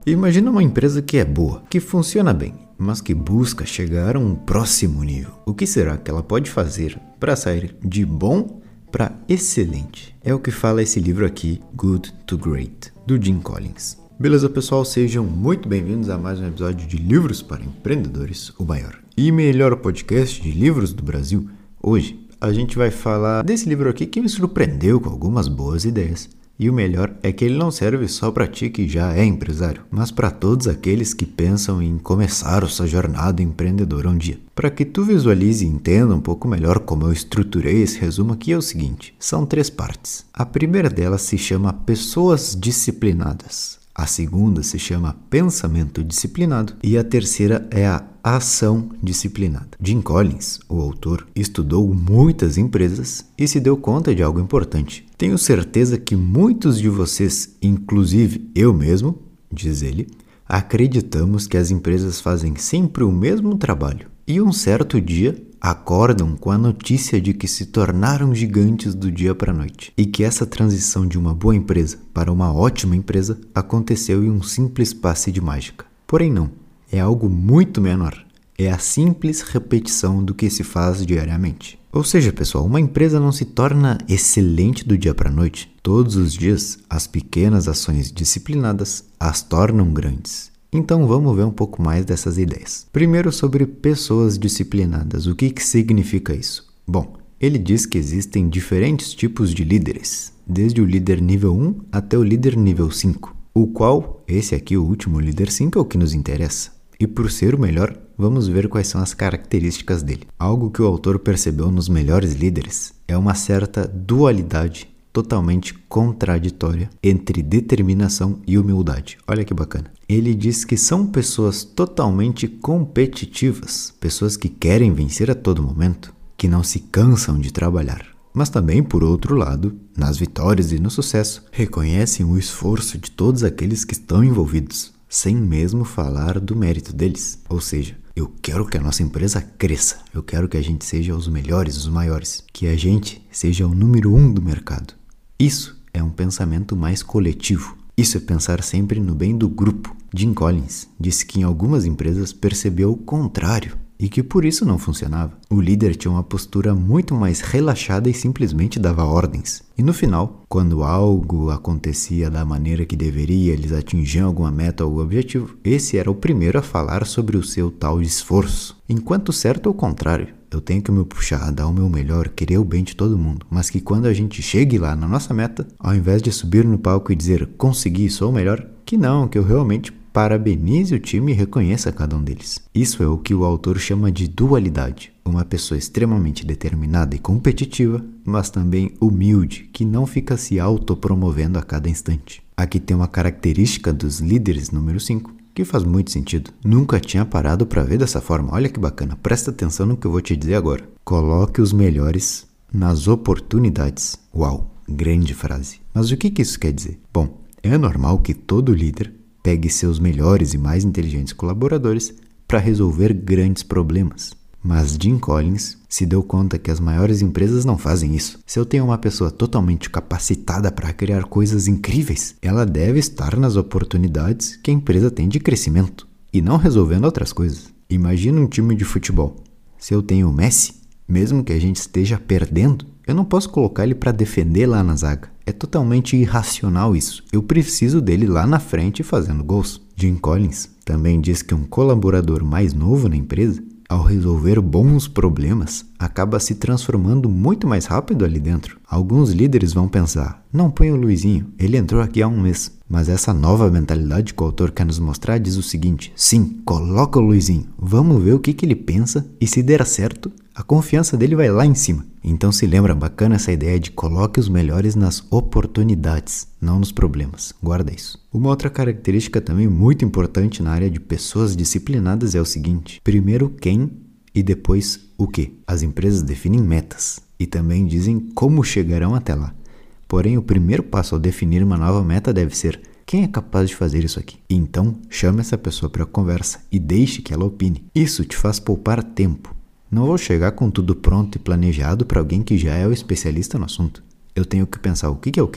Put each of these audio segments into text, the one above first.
Imagina uma empresa que é boa, que funciona bem, mas que busca chegar a um próximo nível. O que será que ela pode fazer para sair de bom para excelente? É o que fala esse livro aqui, Good to Great, do Jim Collins. Beleza, pessoal? Sejam muito bem-vindos a mais um episódio de Livros para Empreendedores, o maior e melhor podcast de livros do Brasil. Hoje a gente vai falar desse livro aqui que me surpreendeu com algumas boas ideias. E o melhor é que ele não serve só para ti que já é empresário, mas para todos aqueles que pensam em começar a sua jornada empreendedora um dia. Para que tu visualize e entenda um pouco melhor como eu estruturei esse resumo aqui é o seguinte, são 3 partes. A primeira delas se chama Pessoas Disciplinadas. A segunda se chama Pensamento Disciplinado e a terceira é a Ação Disciplinada. Jim Collins, o autor, estudou muitas empresas e se deu conta de algo importante. Tenho certeza que muitos de vocês, inclusive eu mesmo, diz ele, acreditamos que as empresas fazem sempre o mesmo trabalho e um certo dia acordam com a notícia de que se tornaram gigantes do dia para a noite e que essa transição de uma boa empresa para uma ótima empresa aconteceu em um simples passe de mágica. Porém não, é algo muito menor, é a simples repetição do que se faz diariamente. Ou seja, pessoal, uma empresa não se torna excelente do dia para a noite. Todos os dias, as pequenas ações disciplinadas as tornam grandes. Então vamos ver um pouco mais dessas ideias. Primeiro sobre pessoas disciplinadas. O que significa isso? Bom, ele diz que existem diferentes tipos de líderes, desde o líder nível 1 até o líder nível 5, o qual, esse aqui, o último líder 5, é o que nos interessa. E por ser o melhor, vamos ver quais são as características dele. Algo que o autor percebeu nos melhores líderes é uma certa dualidade totalmente contraditória entre determinação e humildade. Olha que bacana. Ele diz que são pessoas totalmente competitivas, pessoas que querem vencer a todo momento, que não se cansam de trabalhar. Mas também, por outro lado, nas vitórias e no sucesso, reconhecem o esforço de todos aqueles que estão envolvidos, sem mesmo falar do mérito deles. Ou seja, eu quero que a nossa empresa cresça, eu quero que a gente seja os melhores, os maiores, que a gente seja o número 1 do mercado. Isso é um pensamento mais coletivo. Isso é pensar sempre no bem do grupo. Jim Collins disse que em algumas empresas percebeu o contrário e que por isso não funcionava. O líder tinha uma postura muito mais relaxada e simplesmente dava ordens. E no final, quando algo acontecia da maneira que deveria, eles atingiam alguma meta ou algum objetivo, esse era o primeiro a falar sobre o seu tal esforço. Enquanto certo é o contrário. Eu tenho que me puxar, dar o meu melhor, querer o bem de todo mundo, mas que quando a gente chegue lá na nossa meta, ao invés de subir no palco e dizer consegui, sou o melhor, que eu realmente parabenize o time e reconheça cada um deles. Isso é o que o autor chama de dualidade. Uma pessoa extremamente determinada e competitiva, mas também humilde, que não fica se autopromovendo a cada instante. Aqui tem uma característica dos líderes número 5, que faz muito sentido. Nunca tinha parado para ver dessa forma. Olha que bacana, presta atenção no que eu vou te dizer agora. Coloque os melhores nas oportunidades. Uau, grande frase. Mas o que isso quer dizer? Bom, é normal que todo líder pegue seus melhores e mais inteligentes colaboradores para resolver grandes problemas. Mas Jim Collins se deu conta que as maiores empresas não fazem isso. Se eu tenho uma pessoa totalmente capacitada para criar coisas incríveis, ela deve estar nas oportunidades que a empresa tem de crescimento e não resolvendo outras coisas. Imagina um time de futebol. Se eu tenho o Messi, mesmo que a gente esteja perdendo, eu não posso colocar ele para defender lá na zaga. É totalmente irracional isso. Eu preciso dele lá na frente fazendo gols. Jim Collins também diz que um colaborador mais novo na empresa, ao resolver bons problemas, acaba se transformando muito mais rápido ali dentro. Alguns líderes vão pensar, não põe o Luizinho, ele entrou aqui há um mês. Mas essa nova mentalidade que o autor quer nos mostrar diz o seguinte, sim, coloca o Luizinho, vamos ver o que ele pensa e se der certo, a confiança dele vai lá em cima. Então se lembra, bacana essa ideia de coloque os melhores nas oportunidades, não nos problemas. Guarda isso. Uma outra característica também muito importante na área de pessoas disciplinadas é o seguinte. Primeiro quem e depois o que. As empresas definem metas e também dizem como chegarão até lá. Porém, o primeiro passo ao definir uma nova meta deve ser quem é capaz de fazer isso aqui. Então, chame essa pessoa para a conversa e deixe que ela opine. Isso te faz poupar tempo. Não vou chegar com tudo pronto e planejado para alguém que já é o especialista no assunto. Eu tenho que pensar o que eu quero,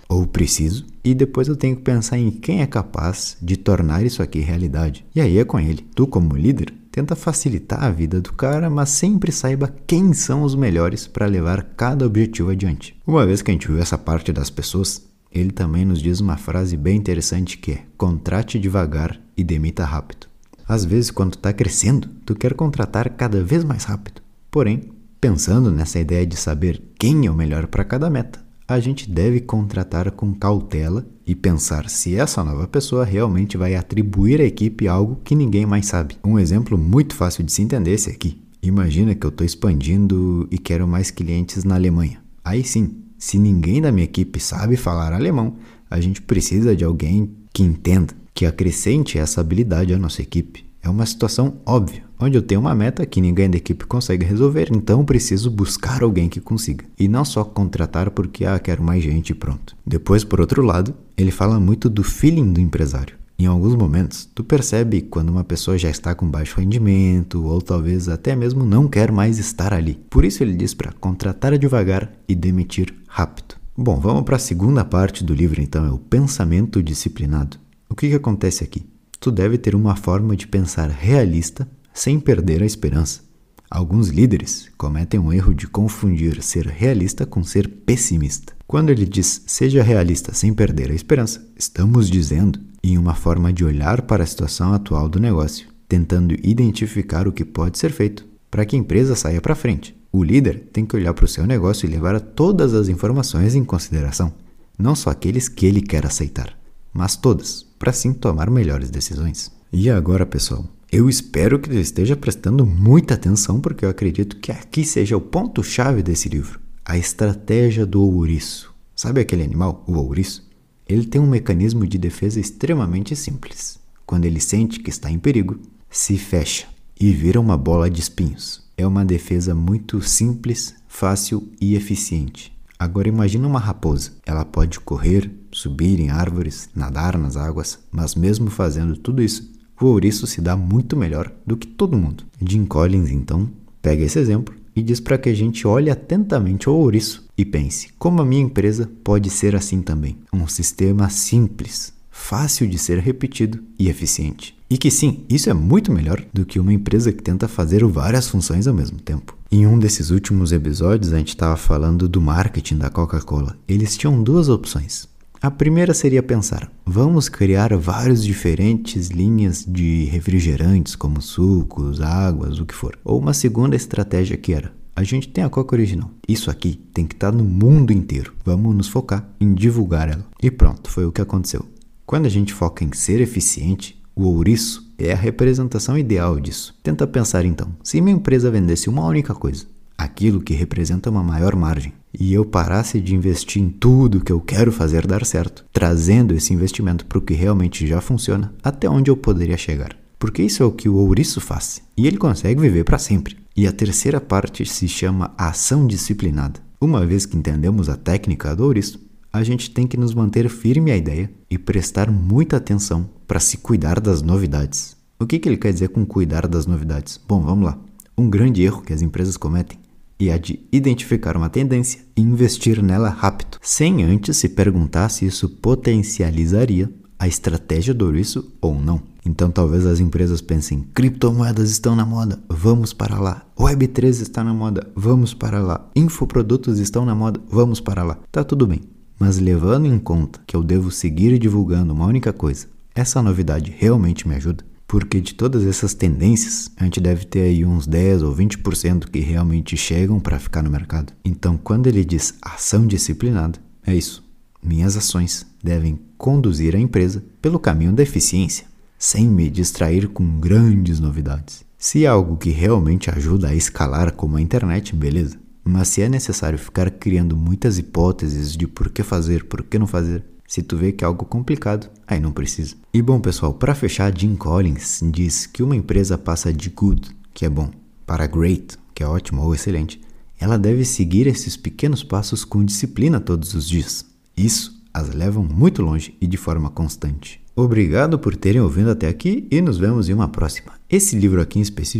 ou preciso, e depois eu tenho que pensar em quem é capaz de tornar isso aqui realidade. E aí é com ele. Tu, como líder, tenta facilitar a vida do cara, mas sempre saiba quem são os melhores para levar cada objetivo adiante. Uma vez que a gente viu essa parte das pessoas, ele também nos diz uma frase bem interessante que é: contrate devagar e demita rápido. Às vezes, quando tu tá crescendo, tu quer contratar cada vez mais rápido. Porém, pensando nessa ideia de saber quem é o melhor para cada meta, a gente deve contratar com cautela e pensar se essa nova pessoa realmente vai atribuir à equipe algo que ninguém mais sabe. Um exemplo muito fácil de se entender é esse aqui. Imagina que eu estou expandindo e quero mais clientes na Alemanha. Aí sim, se ninguém da minha equipe sabe falar alemão, a gente precisa de alguém que entenda, que acrescente essa habilidade à nossa equipe. É uma situação óbvia, onde eu tenho uma meta que ninguém da equipe consegue resolver, então eu preciso buscar alguém que consiga. E não só contratar porque, quero mais gente e pronto. Depois, por outro lado, ele fala muito do feeling do empresário. Em alguns momentos, tu percebe quando uma pessoa já está com baixo rendimento ou talvez até mesmo não quer mais estar ali. Por isso ele diz para contratar devagar e demitir rápido. Bom, vamos para a segunda parte do livro então, é o pensamento disciplinado. O que acontece aqui? Tu deve ter uma forma de pensar realista sem perder a esperança. Alguns líderes cometem um erro de confundir ser realista com ser pessimista. Quando ele diz seja realista sem perder a esperança, estamos dizendo em uma forma de olhar para a situação atual do negócio, tentando identificar o que pode ser feito para que a empresa saia para frente. O líder tem que olhar para o seu negócio e levar todas as informações em consideração, não só aqueles que ele quer aceitar, mas todas, para assim tomar melhores decisões. E agora, pessoal, eu espero que você esteja prestando muita atenção, porque eu acredito que aqui seja o ponto-chave desse livro, a estratégia do ouriço. Sabe aquele animal, o ouriço? Ele tem um mecanismo de defesa extremamente simples. Quando ele sente que está em perigo, se fecha e vira uma bola de espinhos. É uma defesa muito simples, fácil e eficiente. Agora imagina uma raposa. Ela pode correr, subir em árvores, nadar nas águas, mas mesmo fazendo tudo isso, o ouriço se dá muito melhor do que todo mundo. Jim Collins, então, pega esse exemplo e diz para que a gente olhe atentamente ao ouriço e pense como a minha empresa pode ser assim também. Um sistema simples, fácil de ser repetido e eficiente. E que sim, isso é muito melhor do que uma empresa que tenta fazer várias funções ao mesmo tempo. Em um desses últimos episódios, a gente estava falando do marketing da Coca-Cola. Eles tinham duas opções. A primeira seria pensar, vamos criar várias diferentes linhas de refrigerantes, como sucos, águas, o que for. Ou uma segunda estratégia que era, a gente tem a Coca original. Isso aqui tem que estar no mundo inteiro. Vamos nos focar em divulgar ela. E pronto, foi o que aconteceu. Quando a gente foca em ser eficiente, o ouriço é a representação ideal disso. Tenta pensar então, se minha empresa vendesse uma única coisa, aquilo que representa uma maior margem, e eu parasse de investir em tudo que eu quero fazer dar certo, trazendo esse investimento para o que realmente já funciona, até onde eu poderia chegar. Porque isso é o que o ouriço faz, e ele consegue viver para sempre. E a terceira parte se chama ação disciplinada. Uma vez que entendemos a técnica do ouriço, a gente tem que nos manter firme à ideia e prestar muita atenção para se cuidar das novidades. O que ele quer dizer com cuidar das novidades? Bom, vamos lá. Um grande erro que as empresas cometem é a de identificar uma tendência e investir nela rápido, sem antes se perguntar se isso potencializaria a estratégia do ouriço ou não. Então talvez as empresas pensem, criptomoedas estão na moda, vamos para lá. Web3 está na moda, vamos para lá. Infoprodutos estão na moda, vamos para lá. Tá tudo bem. Mas levando em conta que eu devo seguir divulgando uma única coisa, essa novidade realmente me ajuda? Porque de todas essas tendências, a gente deve ter aí uns 10 ou 20% que realmente chegam para ficar no mercado. Então, quando ele diz ação disciplinada, é isso. Minhas ações devem conduzir a empresa pelo caminho da eficiência, sem me distrair com grandes novidades. Se é algo que realmente ajuda a escalar como a internet, beleza. Mas se é necessário ficar criando muitas hipóteses de por que fazer, por que não fazer, se tu vê que é algo complicado, aí não precisa. E bom, pessoal, para fechar, Jim Collins diz que uma empresa passa de good, que é bom, para great, que é ótimo ou excelente. Ela deve seguir esses pequenos passos com disciplina todos os dias. Isso as levam muito longe e de forma constante. Obrigado por terem ouvido até aqui e nos vemos em uma próxima. Esse livro aqui em específico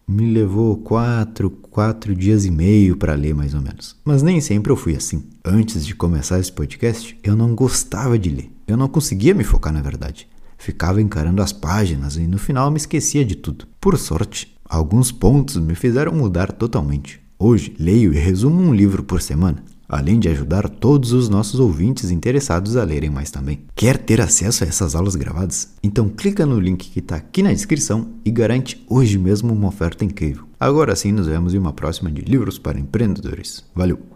me levou 4 dias e meio para ler mais ou menos. Mas nem sempre eu fui assim. Antes de começar esse podcast, eu não gostava de ler. Eu não conseguia me focar na verdade. Ficava encarando as páginas e no final me esquecia de tudo. Por sorte, alguns pontos me fizeram mudar totalmente. Hoje, leio e resumo um livro por semana, além de ajudar todos os nossos ouvintes interessados a lerem mais também. Quer ter acesso a essas aulas gravadas? Então clica no link que está aqui na descrição e garante hoje mesmo uma oferta incrível. Agora sim, nos vemos em uma próxima de Livros para Empreendedores. Valeu!